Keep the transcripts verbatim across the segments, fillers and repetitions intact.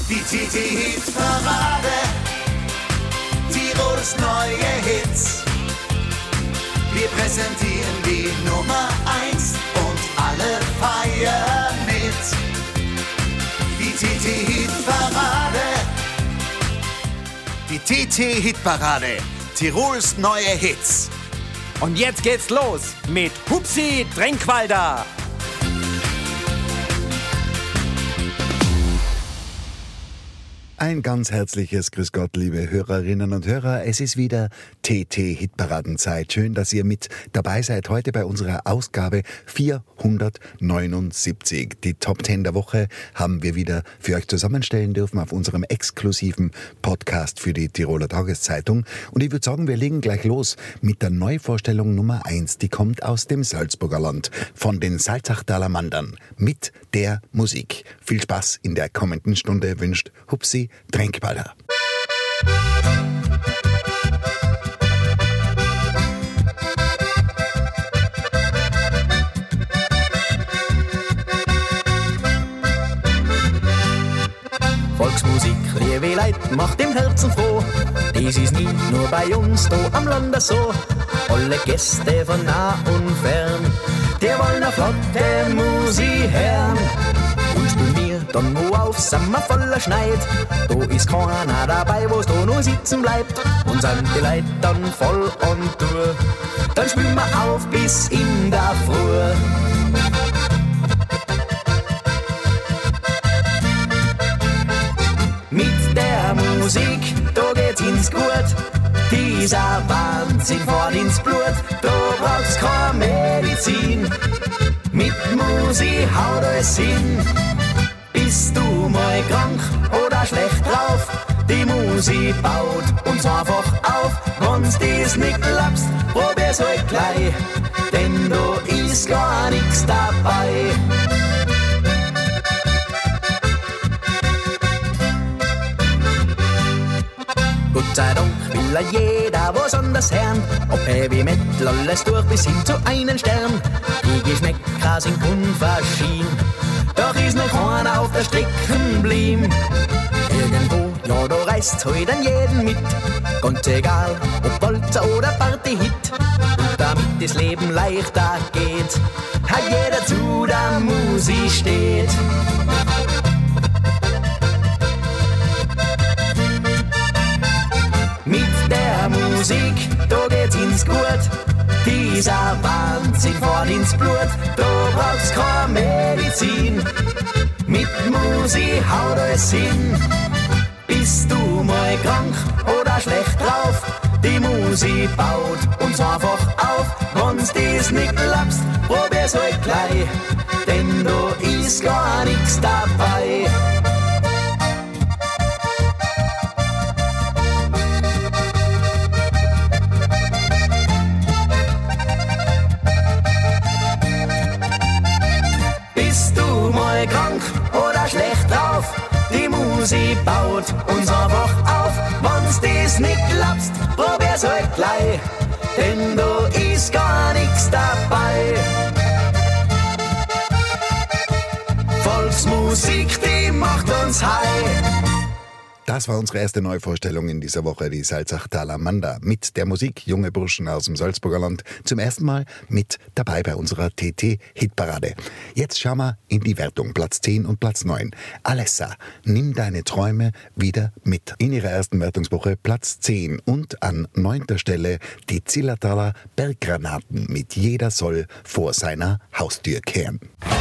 Die T T-Hit-Parade, Tirols neue Hits. Wir präsentieren die Nummer eins und alle feiern mit. Die T T-Hit-Parade, die T T-Hit-Parade, Tirols neue Hits. Und jetzt geht's los mit Hupsi Drenkwalder. Ein ganz herzliches Grüß Gott, liebe Hörerinnen und Hörer. Es ist wieder T T-Hitparadenzeit. Schön, dass ihr mit dabei seid heute bei unserer Ausgabe vierhundertneunundsiebzig. Die Top zehn der Woche haben wir wieder für euch zusammenstellen dürfen auf unserem exklusiven Podcast für die Tiroler Tageszeitung. Und ich würde sagen, wir legen gleich los mit der Neuvorstellung Nummer eins. Die kommt aus dem Salzburger Land von den Salzachtaler Mandern mit der Musik. Viel Spaß in der kommenden Stunde wünscht Hupsi Drenkwalder. Volksmusik, liebe Leute, macht im Herzen froh. Dies ist nicht nur bei uns da am Lande so. Alle Gäste von nah und fern, die wollen eine flotte Musik hören. Und spielen wir dann wo auf, sind wir voller Schneid. Da ist keiner dabei, wo's da nur sitzen bleibt. Und sind die Leute dann voll on Tour, dann spielen wir auf bis in der Früh. Mit der Musik, da geht's ins Gut. Dieser Wahnsinn fährt ins Blut, da braucht's keine Medizin. Mit Musik haut es hin. Bist du mal krank oder schlecht drauf? Die Musik baut uns einfach auf. Wenn's dies nicht glaubst, probier's halt gleich, denn da ist gar nichts dabei. Gott sei Dank will ja jeder was anderes hören. Ob Heavy Metal alles durch bis hin zu einem Stern. Die Geschmäcker sind unverschieden, doch ist noch keiner auf der Strecke geblieben. Irgendwo, ja, da reißt's heute an jeden mit. Ganz egal, ob Walzer oder Party-Hit. Und damit das Leben leichter geht, hat jeder zu der Musik steht. Mit der Musik, da geht's ins Gut. Dieser Wahnsinn fährt ins Blut, da braucht's keine Medizin. Mit Musik haut es hin. Bist du mal krank oder schlecht drauf? Die Musik baut uns einfach auf. Wenn's dies nicht glaubst, probier's halt gleich, denn da ist gar nichts dabei. Krank oder schlecht drauf, die Musik baut uns einfach auf. Wenn's dies nicht glaubst, probier's halt gleich, denn da ist gar nichts dabei. Volksmusik, die macht uns high. Das war unsere erste Neuvorstellung in dieser Woche, die Salzachtaler Manda. Mit der Musik junge Burschen aus dem Salzburger Land. Zum ersten Mal mit dabei bei unserer T T-Hitparade. Jetzt schauen wir in die Wertung. Platz zehn und Platz neun. Alessa, nimm deine Träume wieder mit. In ihrer ersten Wertungswoche Platz zehn. Und an neunter Stelle die Zillertaler Berggranaten mit Jeder soll vor seiner Haustür kehren.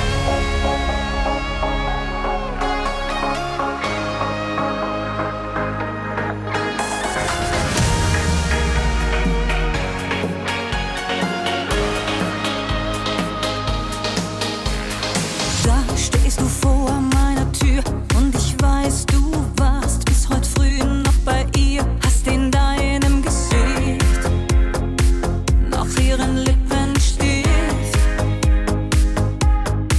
Stehst du vor meiner Tür und ich weiß, du warst bis heute früh noch bei ihr, hast in deinem Gesicht noch ihren Lippenstift.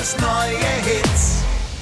Tirol's neue Hits.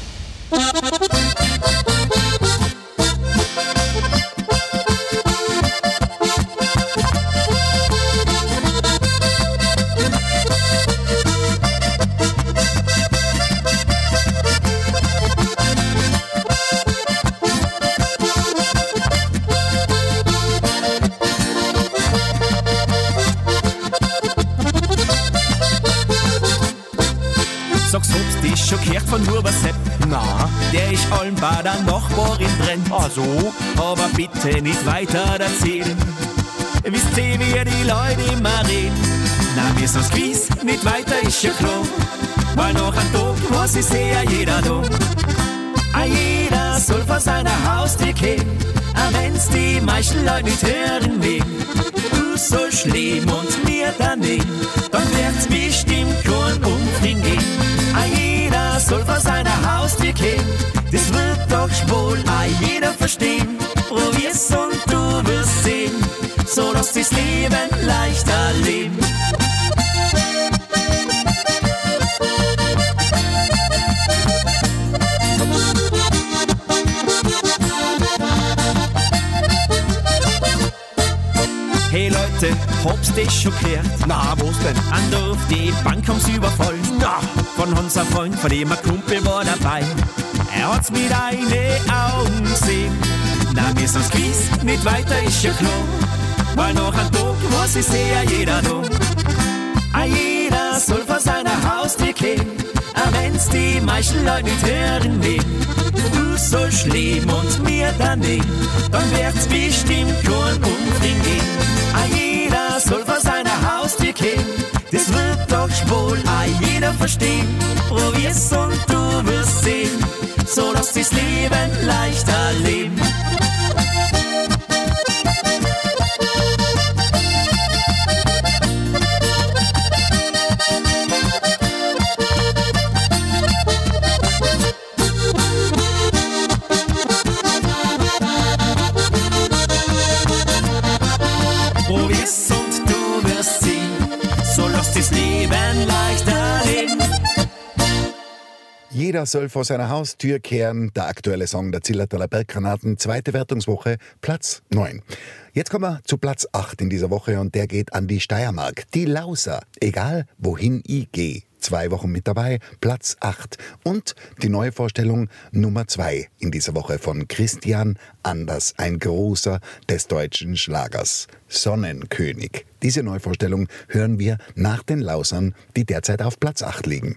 Schon gehört von Huber Sepp? Na, der ist allem bei der Nachbarin brennt. Ah so? Aber bitte nicht weiter erzählen. Wisst ihr, wie die Leute immer reden? Na, wir sind's gewiss, nicht weiter ist ja klar. Weil nach einem Tag muss ich ja jeder da. Ah, jeder soll vor seiner Haustür gehen, auch wenn's die meisten Leute nicht hören will. Du sollst leben und mir daneben, dann wird's bestimmt kein Umfring gehen. Ah, jeder soll vor seiner Haustür gehen, das wird doch wohl auch jeder verstehen. Probier's und du wirst sehen, so dass das Leben leichter leben. Hey Leute, hab's das schon gehört? Na, wo's denn? An Dorf, die Bank haben's überfallen. Na, von unser Freund, von dem ein Kumpel war dabei. Er hat's mit einen Augen gesehen. Na, wir sind's gewiss, nicht weiter ist ja klar. Weil nach einem Tag muss es ja jeder da. Ah, jeder soll vor seiner Haustür gehen, auch wenn's die meisten Leute nicht hören will. Du sollst leben und mir daneben, dann wird's bestimmt kein Umfring gehen. Ah, jeder soll vor seiner Haustür gehen, das wird doch wohl auch jeder verstehen. Probier's und du wirst sehen, so dass das Leben leichter leben. Probier's und du wirst sehen, so lass das Leben leichter leben. Jeder soll vor seiner Haustür kehren. Der aktuelle Song der Zillertaler Berggranaten, zweite Wertungswoche, Platz neun. Jetzt kommen wir zu Platz acht in dieser Woche und der geht an die Steiermark. Die Lauser, egal wohin ich gehe. Zwei Wochen mit dabei, Platz acht. Und die neue Vorstellung Nummer zwei in dieser Woche von Christian Anders, ein großer des deutschen Schlagers. Sonnenkönig. Diese Neuvorstellung hören wir nach den Lausern, die derzeit auf Platz acht liegen.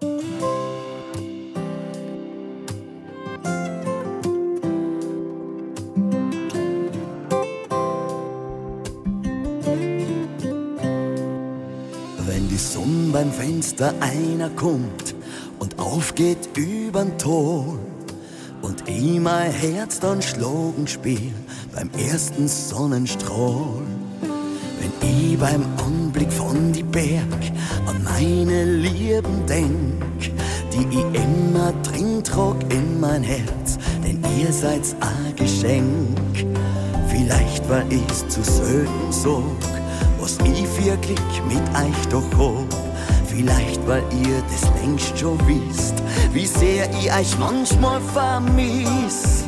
Wenn die Sonne beim Fenster einer kommt und aufgeht übern Ton und ich mein Herz dann schlagen spiel beim ersten Sonnenstrahl. Wenn ich beim Anblick von die Berg an meine Lieben denk, die ich immer drin trag in mein Herz, denn ihr seid's ein Geschenk. Vielleicht war ich's zu selten sag, was ich für Glück mit euch doch hab. Vielleicht, weil ihr das längst schon wisst, wie sehr ich euch manchmal vermiss.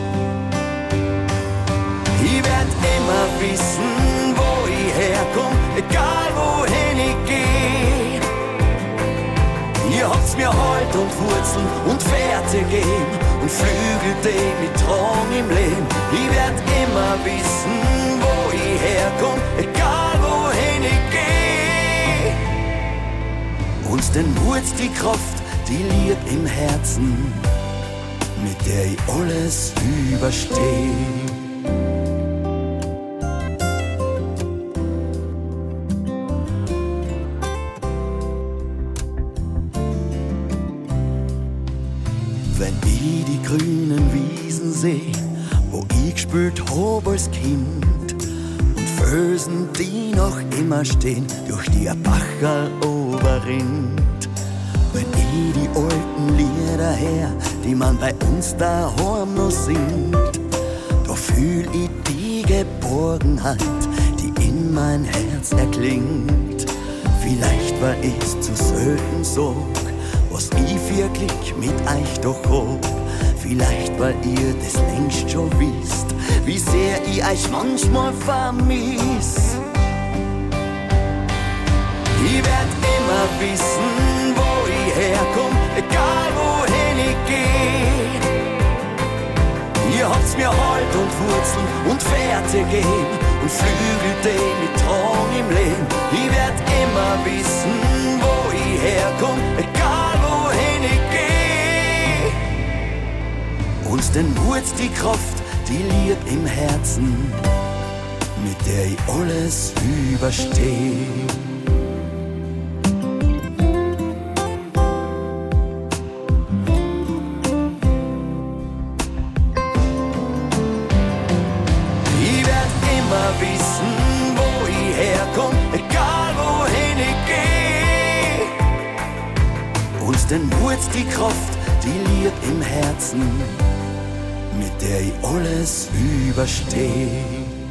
Ich werd immer wissen, wo ich herkomm, egal wohin ich geh. Ihr habt's mir Halt und Wurzeln und Werte gegeben und Flügel, die mich tragen im Leben. Ich werd immer wissen, wo ich herkomm, egal wohin ich geh. Uns denn Wurz die Kraft, die liegt im Herzen, mit der ich alles übersteh. Wenn ich die grünen Wiesen seh, wo ich gespielt hab als Kind, und Felsen, die noch immer stehen, durch die ein Bacherl oberrinnt. Wenn ich die alten Lieder her, die man bei uns daheim noch singt, da fühl ich die Geborgenheit, die in mein Herz erklingt. Vielleicht war ich's zu selten sag, was ich für Glück mit euch doch hab. Vielleicht, weil ihr das längst schon wisst, wie sehr ich euch manchmal vermiss. Ich werd immer wissen, wo ich herkomm, egal wohin ich geh. Ihr habt's mir Halt und Wurzeln und Fährte gegeben und Flügel, die mich tragen im Leben. Ich werd immer wissen, wo ich herkomm, egal wohin ich geh. Uns den Mut, die Kraft, die Liebe im Herzen, mit der ich alles übersteh. Wissen, wo ich herkomm, egal wohin ich geh. Uns den Mut, die Kraft, die Liebe im Herzen, mit der ich alles übersteh.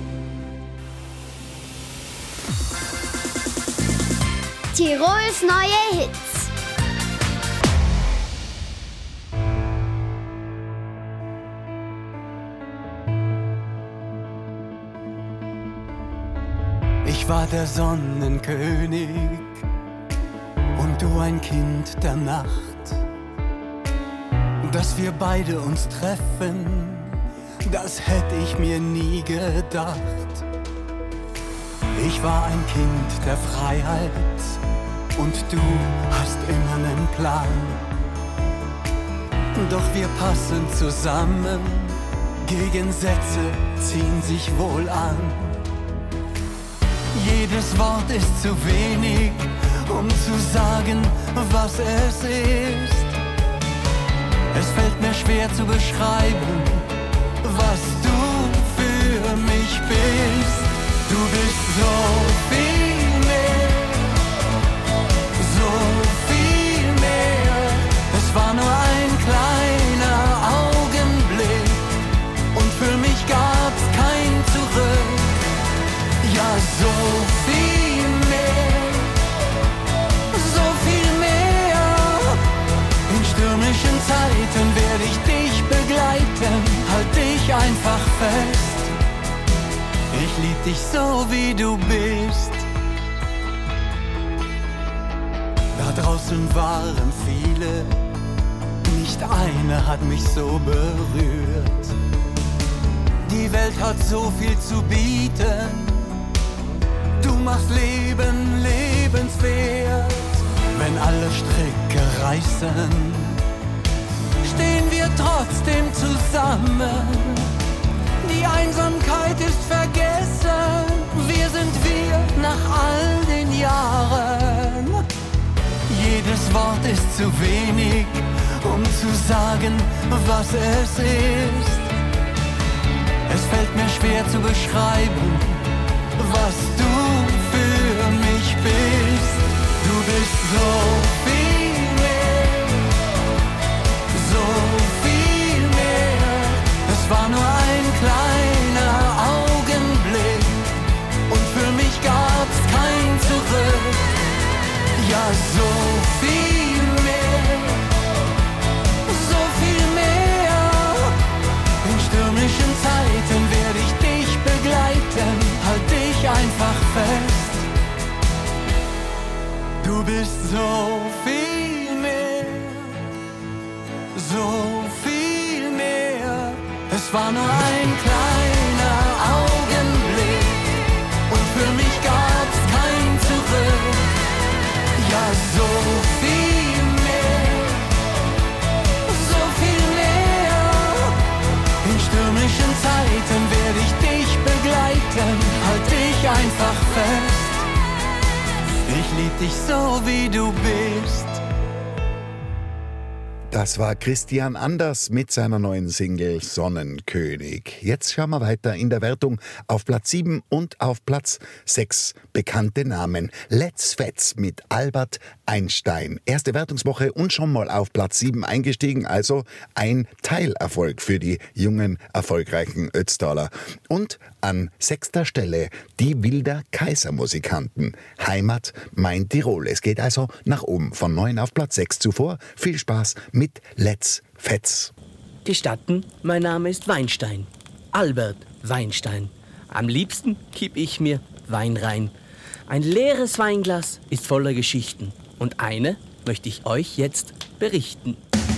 Tirols neue Hits. Ich war der Sonnenkönig und du ein Kind der Nacht. Dass wir beide uns treffen, das hätte ich mir nie gedacht. Ich war ein Kind der Freiheit und du hast immer einen Plan. Doch wir passen zusammen, Gegensätze ziehen sich wohl an. Jedes Wort ist zu wenig, um zu sagen, was es ist. Es fällt mir schwer zu beschreiben, was du für mich bist. Du bist so viel mehr, so viel mehr. Es war nur ein kleiner Augenblick und für mich gab's kein Zurück. Ja, so viel mehr, so viel mehr. In stürmischen Zeiten werde ich dich begleiten, halt dich einfach fest. Ich lieb dich so, wie du bist. Da draußen waren viele, nicht eine hat mich so berührt. Die Welt hat so viel zu bieten. Du machst Leben lebenswert. Wenn alle Stricke reißen, stehen wir trotzdem zusammen. Die Einsamkeit ist vergessen. Wir sind wir nach all den Jahren. Jedes Wort ist zu wenig, um zu sagen, was es ist. Es fällt mir schwer zu beschreiben, was du für mich bist. Du bist so viel mehr, so viel mehr. Es war nur ein kleiner Augenblick und für mich gab's kein Zurück. Ja, so viel mehr, so viel mehr. In stürmischen Zeiten werde ich dich begleiten, halt dich einfach fest. Du bist so viel mehr, so viel mehr. Es war nur ein kleiner Augenblick und für mich gab's kein Zurück. Ja, so viel mehr, so viel mehr. In stürmischen Zeiten werde ich dich begleiten, halt dich einfach fest. Ich lieb dich so, wie du bist. Das war Christian Anders mit seiner neuen Single Sonnenkönig. Jetzt schauen wir weiter in der Wertung auf Platz sieben und auf Platz sechs. Bekannte Namen. Let's Fetz mit Albert Einstein. Erste Wertungswoche und schon mal auf Platz sieben eingestiegen, also ein Teilerfolg für die jungen, erfolgreichen Ötztaler. Und an sechster Stelle die Wilder Kaisermusikanten. Heimat mein Tirol. Es geht also nach oben von neun auf Platz sechs zuvor. Viel Spaß mit Let's Fetz. Gestatten, mein Name ist Weinstein. Albert Weinstein. Am liebsten kipp ich mir Wein rein. Ein leeres Weinglas ist voller Geschichten. Und eine möchte ich euch jetzt berichten.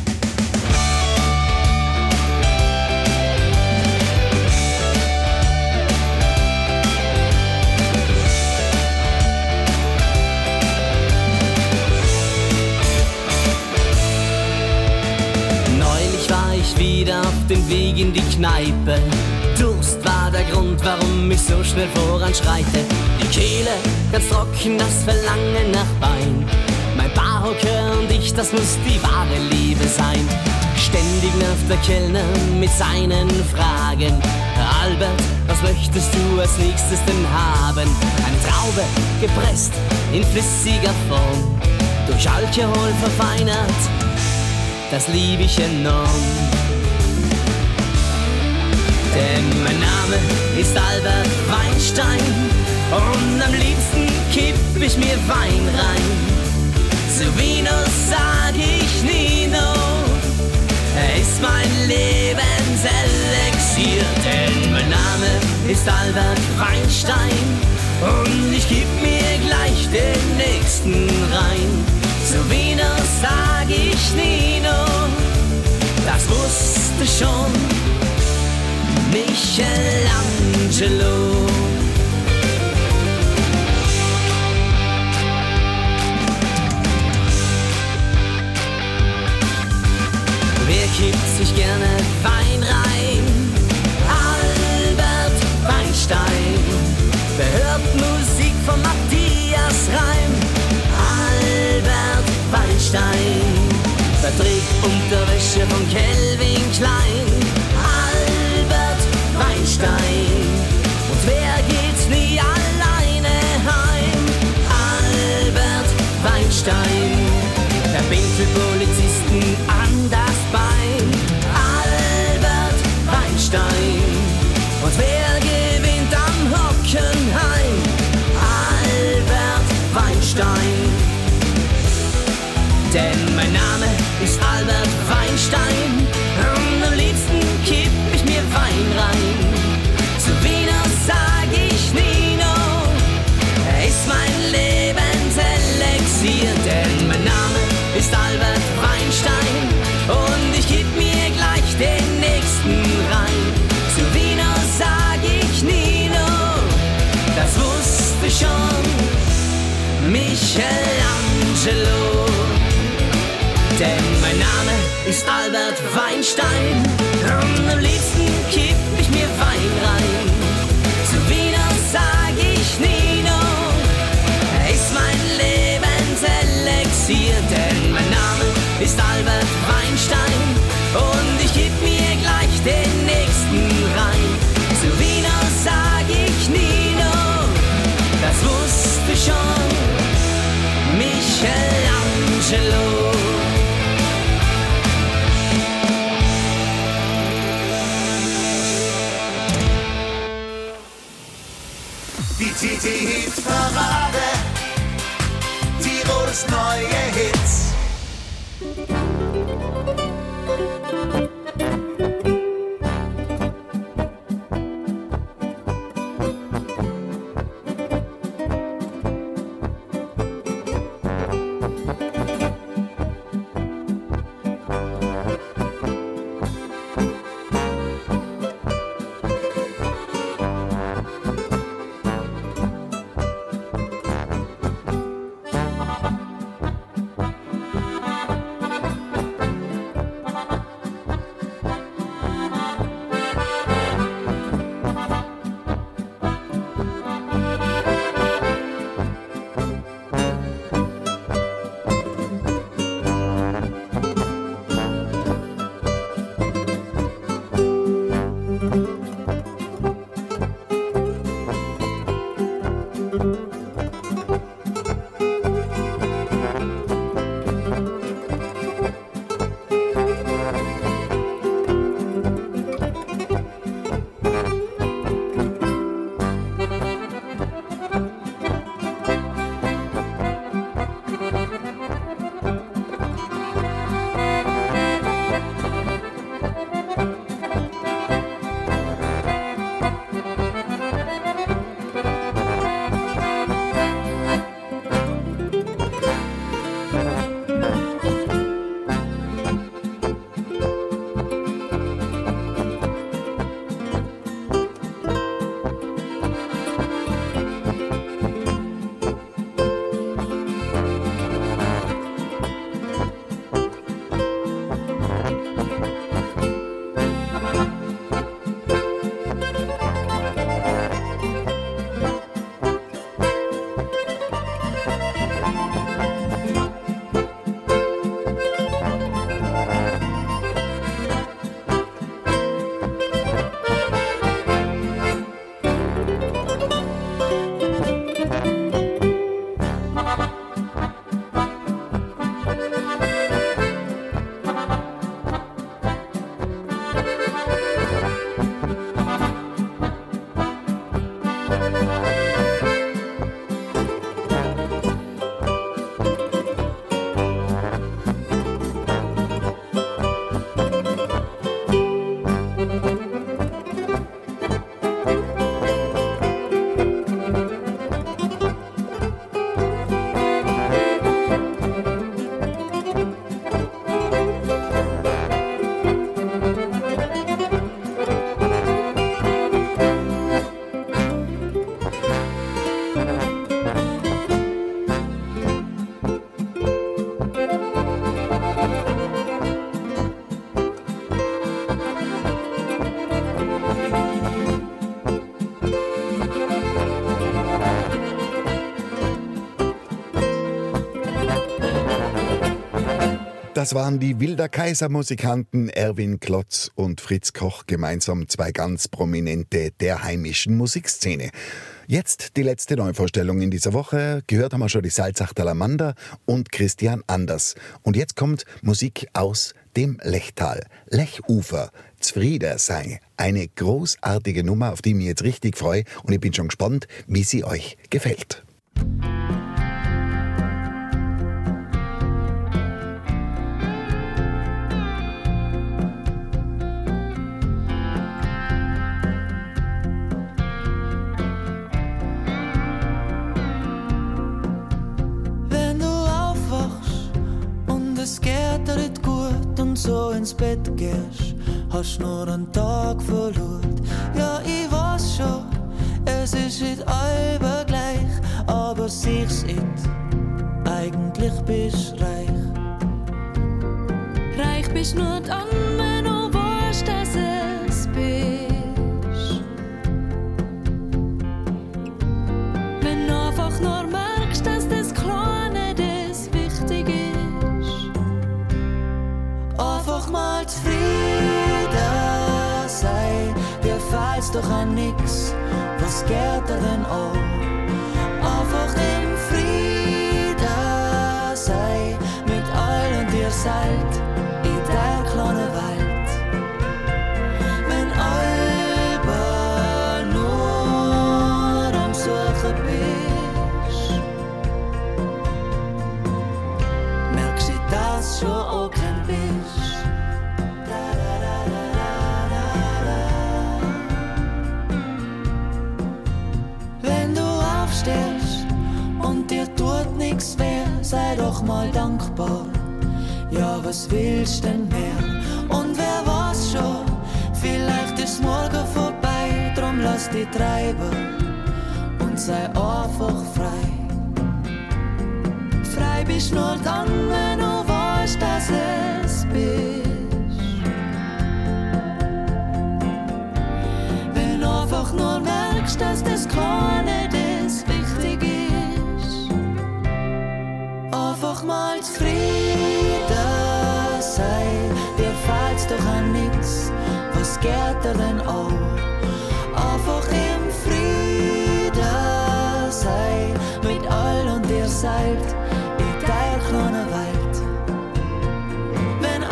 Wieder auf dem Weg in die Kneipe. Durst war der Grund, warum ich so schnell voranschreite. Die Kehle ganz trocken, das Verlangen nach Wein. Mein Barhocker und ich, das muss die wahre Liebe sein. Ständig nervt der Kellner mit seinen Fragen. Albert, was möchtest du als nächstes denn haben? Eine Traube, gepresst in flüssiger Form, durch Alkohol verfeinert, das lieb ich enorm. Denn mein Name ist Albert Weinstein und am liebsten kipp ich mir Wein rein. Zu Vino sag ich Nino, er ist mein Lebenselixier. Denn mein Name ist Albert Weinstein und ich kipp mir gleich den nächsten rein. Zu Vino sag ich Nino, das wusste schon Michelangelo. Wer kippt sich gerne Wein rein? Albert Weinstein. Wer hört Musik von Matthias Reim? Albert Weinstein. Wer trägt Unterwäsche von Calvin Klein? Weinstein. Und wer geht nie alleine heim? Albert Weinstein. Der pinkelt Polizisten an das Bein. Albert Weinstein. Und wer gewinnt am Hockenheim? Albert Weinstein. Denn mein Name ist Albert Weinstein und am liebsten kipp ich mir Wein rein. Zu Vino sag ich Nino, er ist mein Lebenselixier. Denn mein Name ist Albert Weinstein und ich kipp mir gleich den nächsten rein. Zu Vino sag ich Nino, das wusste schon Michelangelo. Denn mein Name ist Albert Weinstein und am liebsten kipp ich mir Wein rein. Zu Vino sag ich Nino, er ist mein Lebenselixier. Denn mein Name ist Albert Weinstein und ich kipp mir gleich den nächsten rein. Zu Vino sag ich Nino, das wusste schon Michelangelo. Die T T-Hit-Parade, Tirols neue Hits. Das waren die Wilder Kaiser Musikanten Erwin Klotz und Fritz Koch, gemeinsam zwei ganz prominente der heimischen Musikszene. Jetzt die letzte Neuvorstellung in dieser Woche. Gehört haben wir schon die Salzachtaler Manda und Christian Anders. Und jetzt kommt Musik aus dem Lechtal. Lechufer, Zfrieder sei. Eine großartige Nummer, auf die ich mich jetzt richtig freue. Und ich bin schon gespannt, wie sie euch gefällt. So ins Bett gehst, hast nur einen Tag verloren. Ja, ich weiß schon, es ist nicht allber gleich, aber sich's it, eigentlich bist reich. Reich bist nur dann, wenn du weißt, dass es bist. Wenn du einfach nur merkst, dass das Kleine das wichtig ist. Einfach mal zufrieden sei, dir feilt's doch an nix, was geht dir denn auch? Einfach im Frieden sei, mit all und ihr seid in der kleinen Welt. Wenn alle nur am Suchen bist, merkst du, dass schon auch kein bist. Und dir tut nix weh, sei doch mal dankbar. Ja, was willst denn mehr? Und wer weiß schon, vielleicht ist morgen vorbei. Drum lass dich treiben und sei einfach frei. Frei bist nur dann, wenn du weißt, dass es bist. Wenn du einfach nur merkst, dass das Kleine das wichtig ist. Einfach mal zufrieden sei, dir feilt's doch an nix, was geht dir denn auch? Einfach im Frieden sei, mit all und ihr seid in der kleinen Welt. Wenn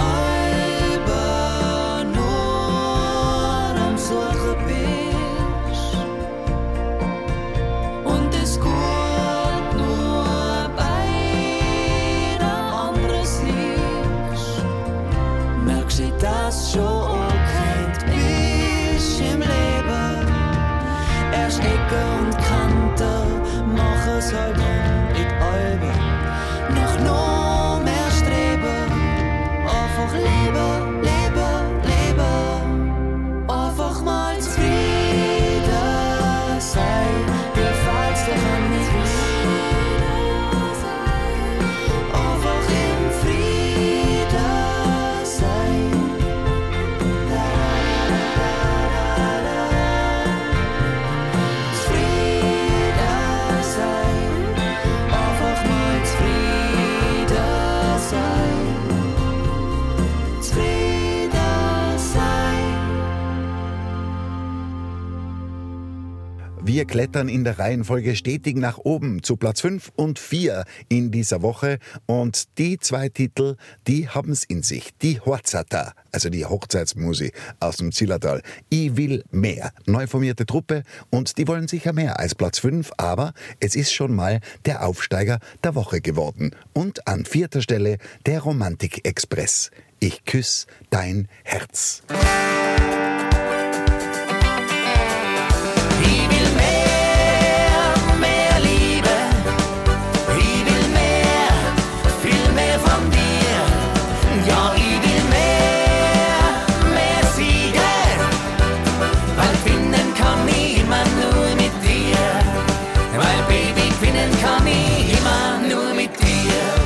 alle nur am Suchen bist und es gut das schon kennt bist im Leben. Erst Ecke und Kante mach es halt um in Alben. Noch noch mehr streben, einfach leben, leben, leben. Einfach mal zufrieden sein, dir feilt's doch an nichts. Einfach im Frieden sein. Wir klettern in der Reihenfolge stetig nach oben zu Platz fünf und vier in dieser Woche. Und die zwei Titel, die haben's in sich. Die Horzata, also die Hochzeitsmusik aus dem Zillertal. Ich will mehr. Neu formierte Truppe und die wollen sicher mehr als Platz fünf, aber es ist schon mal der Aufsteiger der Woche geworden. Und an vierter Stelle der Romantik-Express. Ich küss dein Herz.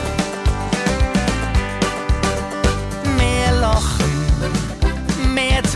Mehr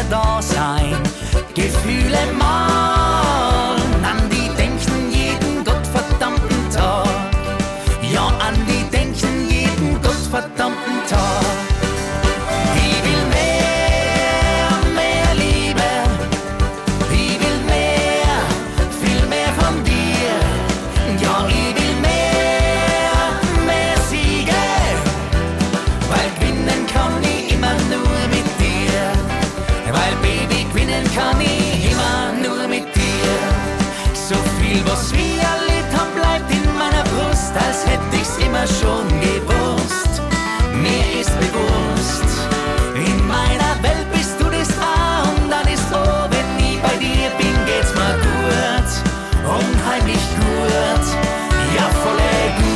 da sein. Gefühle malen, an die denken jeden gottverdammten Tag. Ja, an die denken jeden gottverdammten Tag. Ich will mehr, mehr Liebe. Ich will mehr, viel mehr von dir. Ja, ich will mehr, mehr Siege. Weil gewinnen kann ich immer nur mit dir. Weil Baby, gewinnen kann ich immer nur mit dir. So viel, was wir erlebt haben, bleibt in meiner Brust, als hätte ich's immer schon gewusst. Mir ist bewusst, in meiner Welt bist du das A und alles O. Wenn ich bei dir bin, geht's mir gut, unheimlich gut, ja volle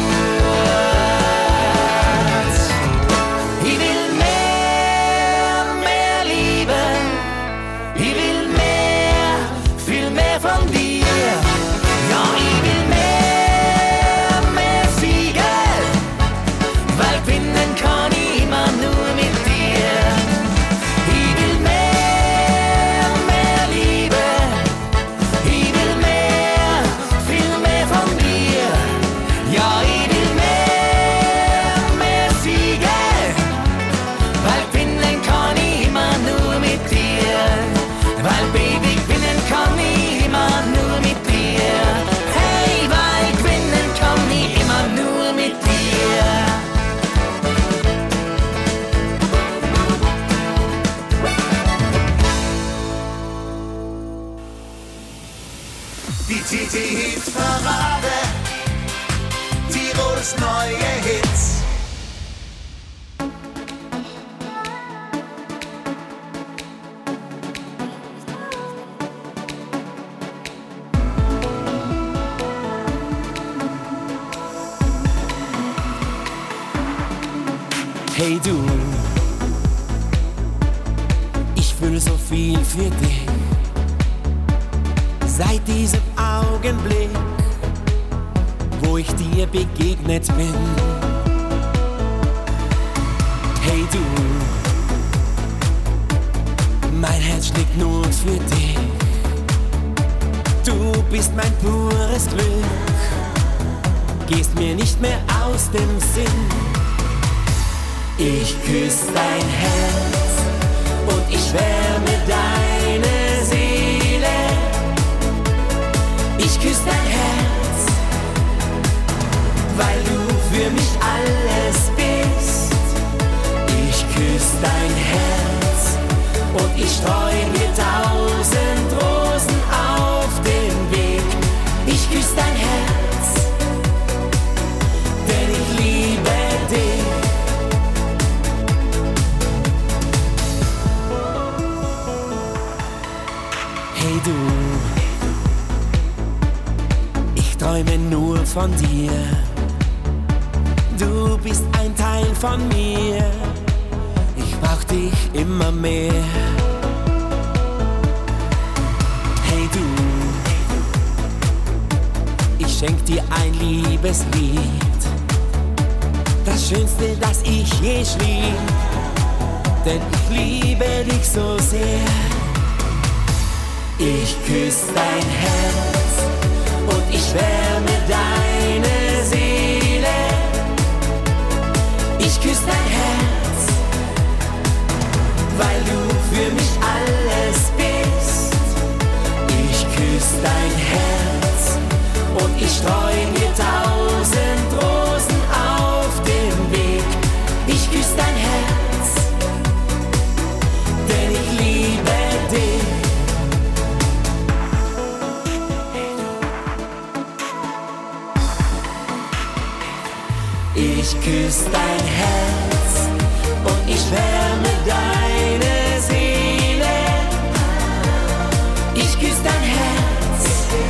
gut. Ich will mehr, mehr Liebe, ich will mehr, viel mehr von dir. Ja, ich will mehr, mehr Siege, weil gewinnen kann ich immer nur mit dir. Ich will mehr, mehr Liebe, ich will mehr, viel mehr von dir. Ja, ich will mehr, mehr Siege, weil gewinnen kann ich immer nur mit dir. Weil Baby, gewinnen kann ich immer nur mit dir. Hey, weil gewinnen kann ich immer nur mit dir. Die T T-Hit-Parade, Tirols neue Hits. Hey du, ich fühle so viel für dich. Seit diesem Augenblick, wo ich dir begegnet bin. Hey du, mein Herz schlägt nur für dich. Du bist mein pures Glück, gehst mir nicht mehr aus dem Sinn. Ich küsse dein Herz und ich wärme deine Seele. Ich küsse dein Herz, weil du für mich alles bist. Ich küsse dein Herz und ich streu mir tausend Rosen auf den Weg. Ich küsse dein Herz, denn ich liebe dich. Hey du, ich träume nur von dir. Du bist ein Teil von mir. Ich brauch dich immer mehr. Hey du, ich schenk dir ein Liebeslied. Das Schönste, das ich je schrieb. Denn ich liebe dich so sehr. Ich küsse dein Herz und ich wärme deine Seele. Ich küsse dein Herz, weil du für mich alles bist. Ich küsse dein Herz und ich streu mir tausend Rosen auf den Weg. Ich küsse dein Herz, denn ich liebe dich. Ich küsse dein Herz und ich wärme deine Seele. Ich küsse dein Herz,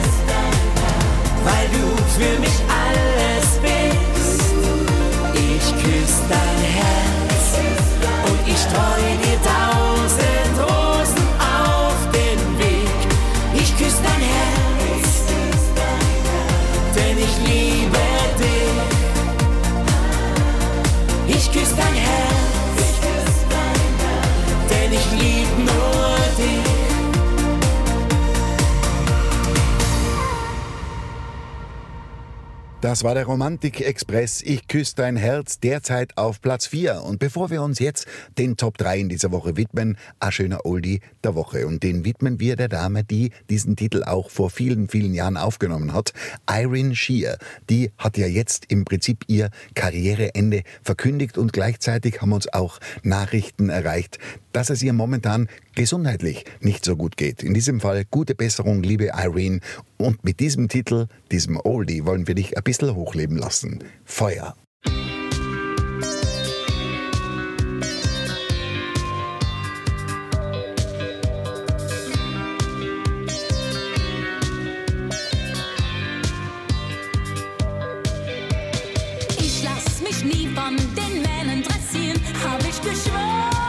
weil du für mich alles bist. Ich küsse dein Herz und ich streu dir tausend Rosen auf den Weg. Ich küsse dein Herz, denn ich liebe dich. Ich küsse dein Herz, Das war der Romantik-Express. Ich küsse dein Herz, derzeit auf Platz vier. Und bevor wir uns jetzt den Top drei in dieser Woche widmen, ein schöner Oldie der Woche. Und den widmen wir der Dame, die diesen Titel auch vor vielen, vielen Jahren aufgenommen hat. Irene Shear. Die hat ja jetzt im Prinzip ihr Karriereende verkündigt und gleichzeitig haben uns auch Nachrichten erreicht, dass es ihr momentan gesundheitlich nicht so gut geht. In diesem Fall gute Besserung, liebe Irene. Und mit diesem Titel, diesem Oldie, wollen wir dich ein bisschen hochleben lassen. Feuer. Ich lass mich nie von den Männern dressieren, hab ich geschworen.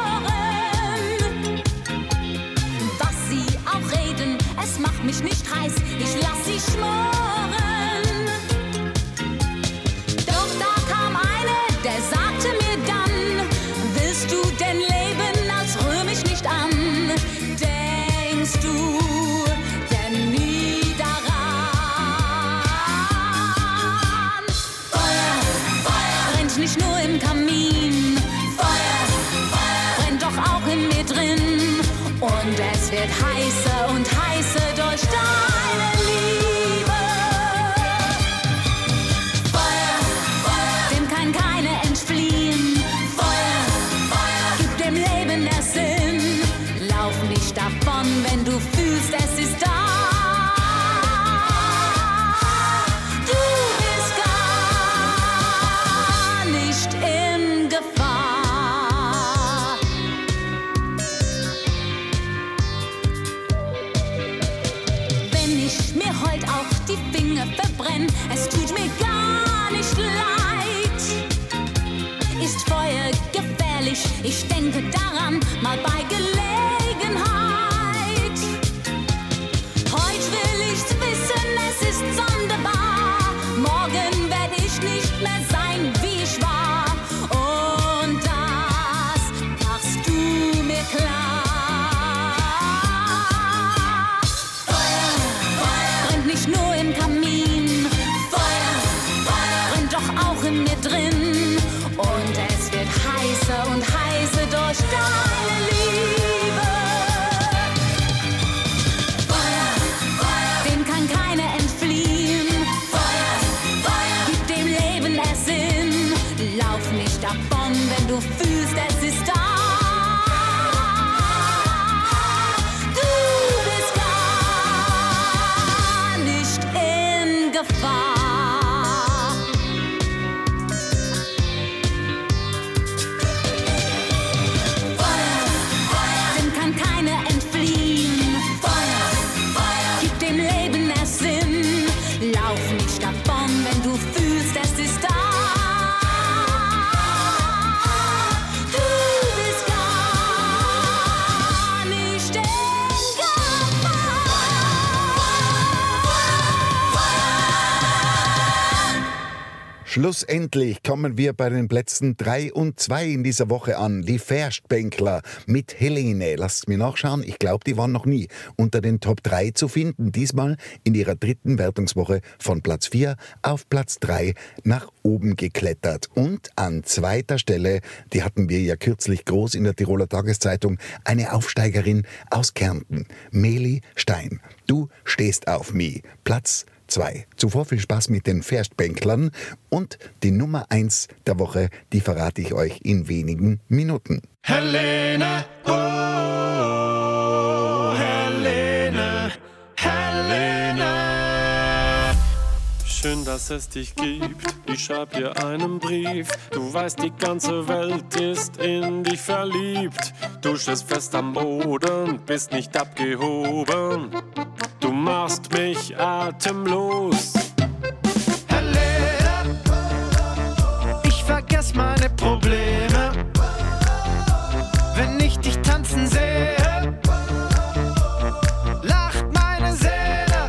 Was sie auch reden, es macht mich nicht heiß, ich lass sie schmoren. Doch da kam einer, der sagte mir dann, willst du denn leben, als rühr mich nicht an? Denkst du denn nie daran? Feuer, Feuer, brennt nicht nur im Kamin. Feuer, Feuer, brennt doch auch in mir drin. Und es wird heißer und heißer durch deine Liebe. Feuer, Feuer, dem kann keiner entfliehen. Feuer, Feuer, gib dem Leben mehr Sinn. Lauf nicht davon, wenn du fühlst, es ist da. Du bist gar nicht in Gefahr. Wenn ich mir heut auch die Finger verbrenn, es tut mir gar nicht leid. Ist Feuer gefährlich? Ich denke daran, mal bei Gelegenheit. Heut will ich's wissen, es ist sonderbar. Morgen werd ich nicht mehr sein, wie ich war. Und das machst du mir klar. Feuer, Feuer, brennt nicht nur im Kamin. Feuer, Feuer, brennt doch auch in mir drin. Und es wird heißer und heißer durch deine Liebe. Feuer, Feuer, dem kann keiner entfliehen. Feuer, Feuer, gib dem Leben mehr Sinn. Lauf nicht davon, wenn du fühlst, es ist da. Du bist gar nicht in Gefahr. Feuer, Feuer, dem kann keiner entfliehen. Feuer, Feuer, gib dem Leben mehr Sinn. Lauf nicht davon, wenn du fühlst, es ist da. Du bist gar nicht in Schlussendlich kommen wir bei den Plätzen drei und zwei in dieser Woche an. Die Verstbänkler mit Helene. Lasst mir nachschauen, ich glaube, die waren noch nie unter den Top drei zu finden. Diesmal in ihrer dritten Wertungswoche von Platz vier auf Platz drei nach oben geklettert. Und an zweiter Stelle, die hatten wir ja kürzlich groß in der Tiroler Tageszeitung, eine Aufsteigerin aus Kärnten, Meli Stein. Du stehst auf mich. Platz zwei. Zuvor viel Spaß mit den Verstbänklern und die Nummer eins der Woche, die verrate ich euch in wenigen Minuten. Helene, oh, Helene, Helene. Schön, dass es dich gibt, ich schreib dir einen Brief. Du weißt, die ganze Welt ist in dich verliebt. Du stehst fest am Boden, bist nicht abgehoben. Du machst mich atemlos. Helene, ich vergess meine Probleme, wenn ich dich tanzen sehe. Lacht meine Seele.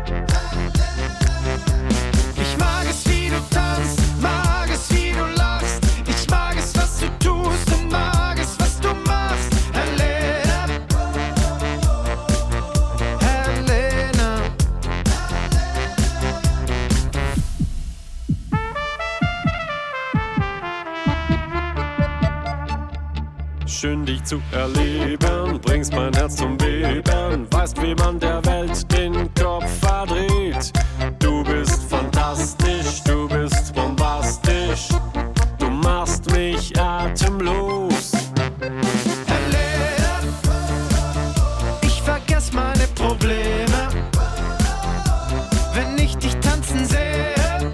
Ich mag es, wie du tanzt, mag es, wie du lachst. Ich mag es, was du tust und mag es, was du machst. Helene, Helene. schön dich zu erleben, bringst mein Herz zum Beben, weißt wie man der Welt den Kopf verdreht. Du bist fantastisch, du bist bombastisch, du machst mich atemlos. Helena, ich vergess meine Probleme, wenn ich dich tanzen sehe.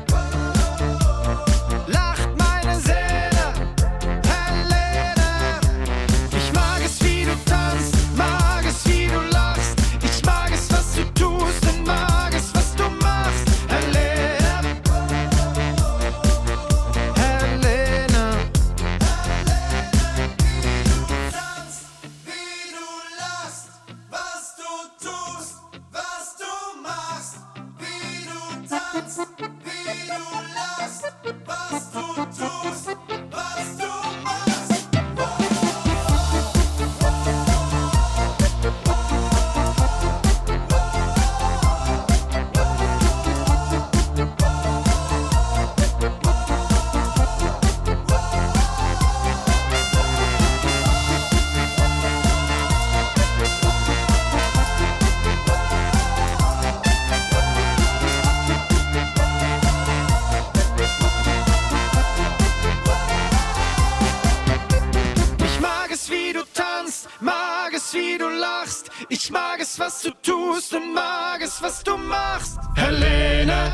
Ich mag es, was du tust und mag es, was du machst, Helene.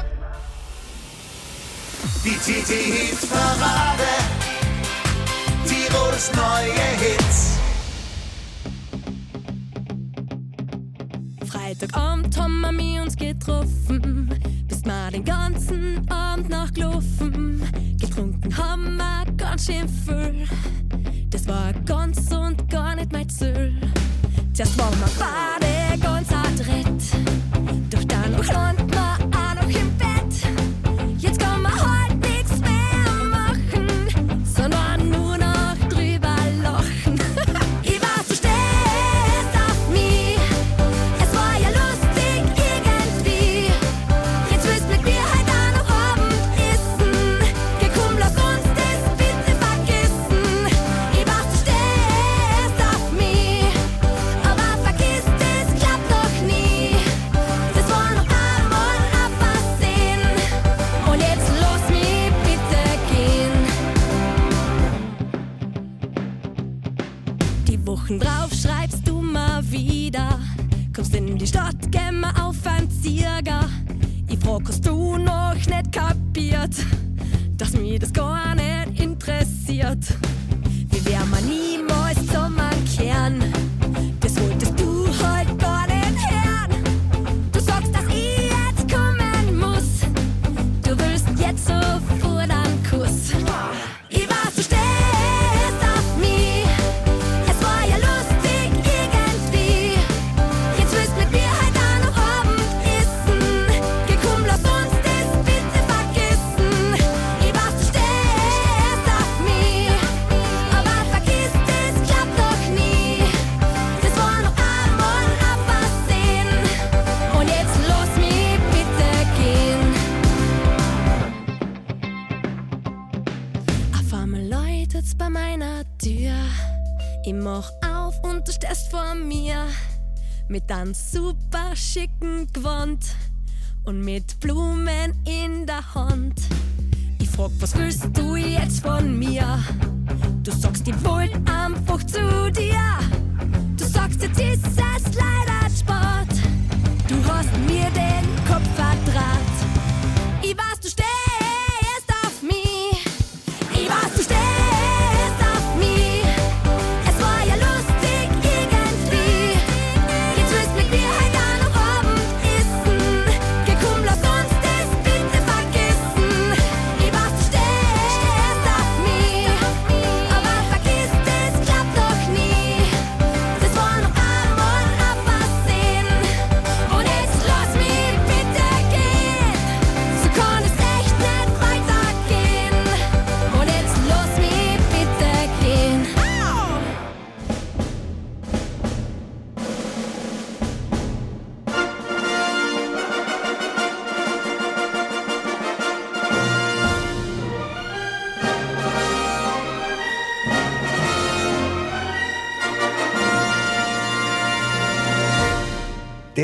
Die T T-Hit-Parade, Tirols neue Hits. Freitagabend haben wir mich uns getroffen, bis wir den ganzen Abend nachgelaufen. Getrunken haben wir ganz schön viel, das war ganz und gar nicht mein Ziel. Zuerst waren wir beide ganz adrett, doch dann noch landen wir auch noch im Bett. Jetzt kann man halt nichts mehr machen, sondern nur noch drüber lachen. Ich weiß, du stehst auf mich, es war ja lustig irgendwie. Jetzt willst du mit mir halt auch noch Abend essen. Geh komm, lass uns das bitte vergessen. Ich weiß, du stehst auf mich, aber vergiss, das klappt doch nie. Das war noch einmal ein Versehen und jetzt lass mich bitte gehen. Die Wochen drauf schreibst du mal wieder, kommst in die Stadt, gehen wir auf ein Zierger. Ich frag, hast du noch nicht kapiert, dass mich das gar nicht interessiert? Wir wären mal niemals zusammenkehren, das wolltest du halt gar nicht hören. Du sagst, dass ich jetzt kommen muss, du willst jetzt sofort einen Kuss. Ich weiß, du stehst auf mich, es war ja lustig irgendwie. Jetzt willst du mit mir halt auch noch Abend essen. Geh komm, lass uns das bitte vergessen. Ich weiß, du stehst auf mich, aber vergiss, das klappt doch nie. Das war noch einmal ein Versehen und jetzt lass mich bitte gehen. Auf einmal läutet's bei meiner Tür. Ich mach auf und du stehst vor mir mit einem super schicken Gewand und mit Blumen in der Hand. Ich frag, was willst du jetzt von mir? Du sagst, ich wollt einfach zu dir. Du sagst, jetzt ist es leider Sport. Du hast mir den Kopf verdraht. Ich weiß, du stehst auf mich. Ich weiß, du stehst auf mich. Es war ja lustig irgendwie. Jetzt willst du mit mir halt auch noch Abend essen. Geh komm, lass uns das bitte vergessen. Ich weiß, du stehst auf mich, aber vergiss, das klappt doch nie. Das war noch einmal ein Versehen und jetzt lass mich bitte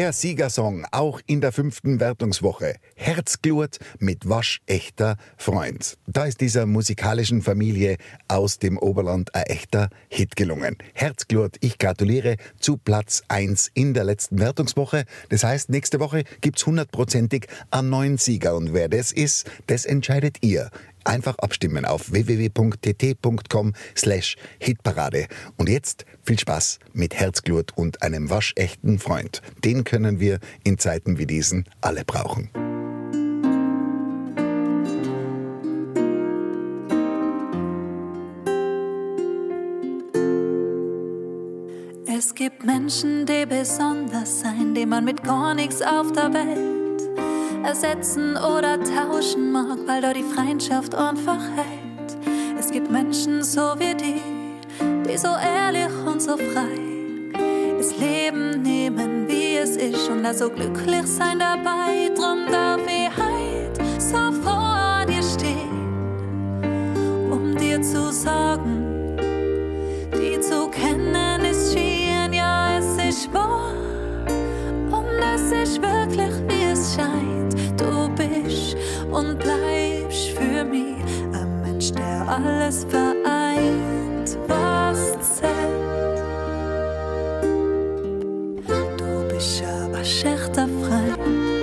Der Siegersong auch in der fünften Wertungswoche. Herzglut mit waschechter Freund. Da ist dieser musikalischen Familie aus dem Oberland ein echter Hit gelungen. Herzglut, ich gratuliere zu Platz eins in der letzten Wertungswoche. Das heißt, nächste Woche gibt's hundertprozentig einen neuen Sieger. Und wer das ist, das entscheidet ihr. Einfach abstimmen auf w w w punkt t t punkt com slash hitparade. Und jetzt viel Spaß mit Herzglut und einem waschechten Freund. Den können wir in Zeiten wie diesen alle brauchen. Es gibt Menschen, die besonders sein, die man mit gar nichts auf der Welt ersetzen oder tauschen mag, weil da die Freundschaft einfach hält. Es gibt Menschen so wie die, die so ehrlich und so frei das Leben nehmen, wie es ist und da so glücklich sein dabei. Drum darf ich heut so vor dir stehen, um dir zu sagen, die zu kennen ist schön, ja es ist wahr und es ist wirklich wie es scheint. Du bist und bleibst für mich ein Mensch, der alles vereint, was zählt. Du bist ein waschechter Freund.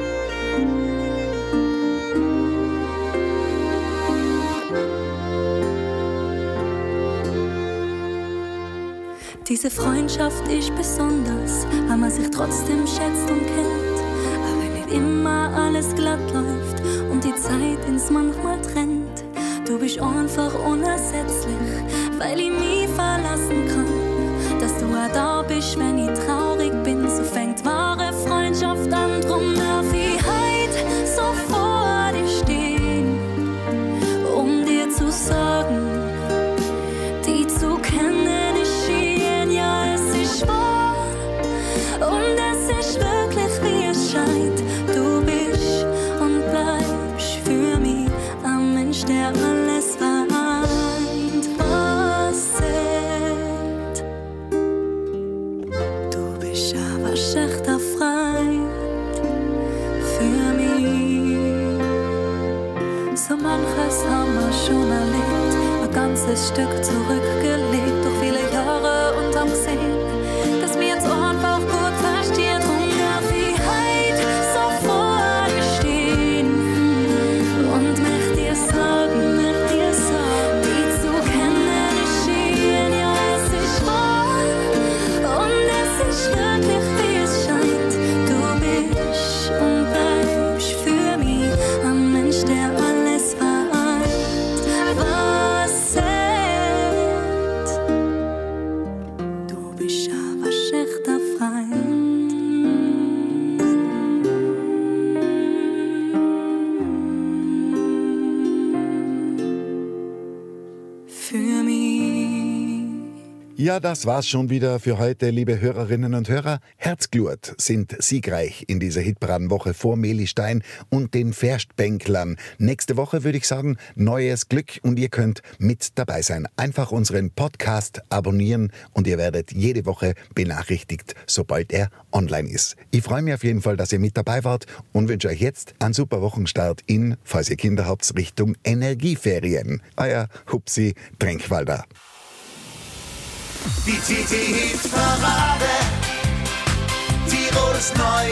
Diese Freundschaft ist besonders, weil man sich trotzdem schätzt und kennt. Immer alles glatt läuft und die Zeit uns manchmal trennt. Du bist einfach unersetzlich, weil ich nie verlassen kann, dass du auch da bist, wenn ich traurig bin. So fängt wahre Freundschaft an, drum darf ich heut so vor dir stehen, um dir zu sagen, die zu kennen ist schön, ja es ist wahr und es ist wirklich wie es scheint. Der alles vereint, was zählt. Du bist ein waschechter Freund für mich. So manches haben wir schon erlebt, ein ganzes Stück zurückgelegt, durch viele Jahre und haben gesehen, dass wir uns einfach gut verstehen. Drum darf ich heut so vor dir stehen und möchte dir sagen, Ja, das war's schon wieder für heute, liebe Hörerinnen und Hörer. Herzglut sind siegreich in dieser Hitparadenwoche vor Melistein und den Verstbänklern. Nächste Woche würde ich sagen, neues Glück und ihr könnt mit dabei sein. Einfach unseren Podcast abonnieren und ihr werdet jede Woche benachrichtigt, sobald er online ist. Ich freue mich auf jeden Fall, dass ihr mit dabei wart und wünsche euch jetzt einen super Wochenstart in, falls ihr Kinder habt, Richtung Energieferien. Euer Hupsi Trenkwalder. Die T T-Hit-Parade, Tirols neue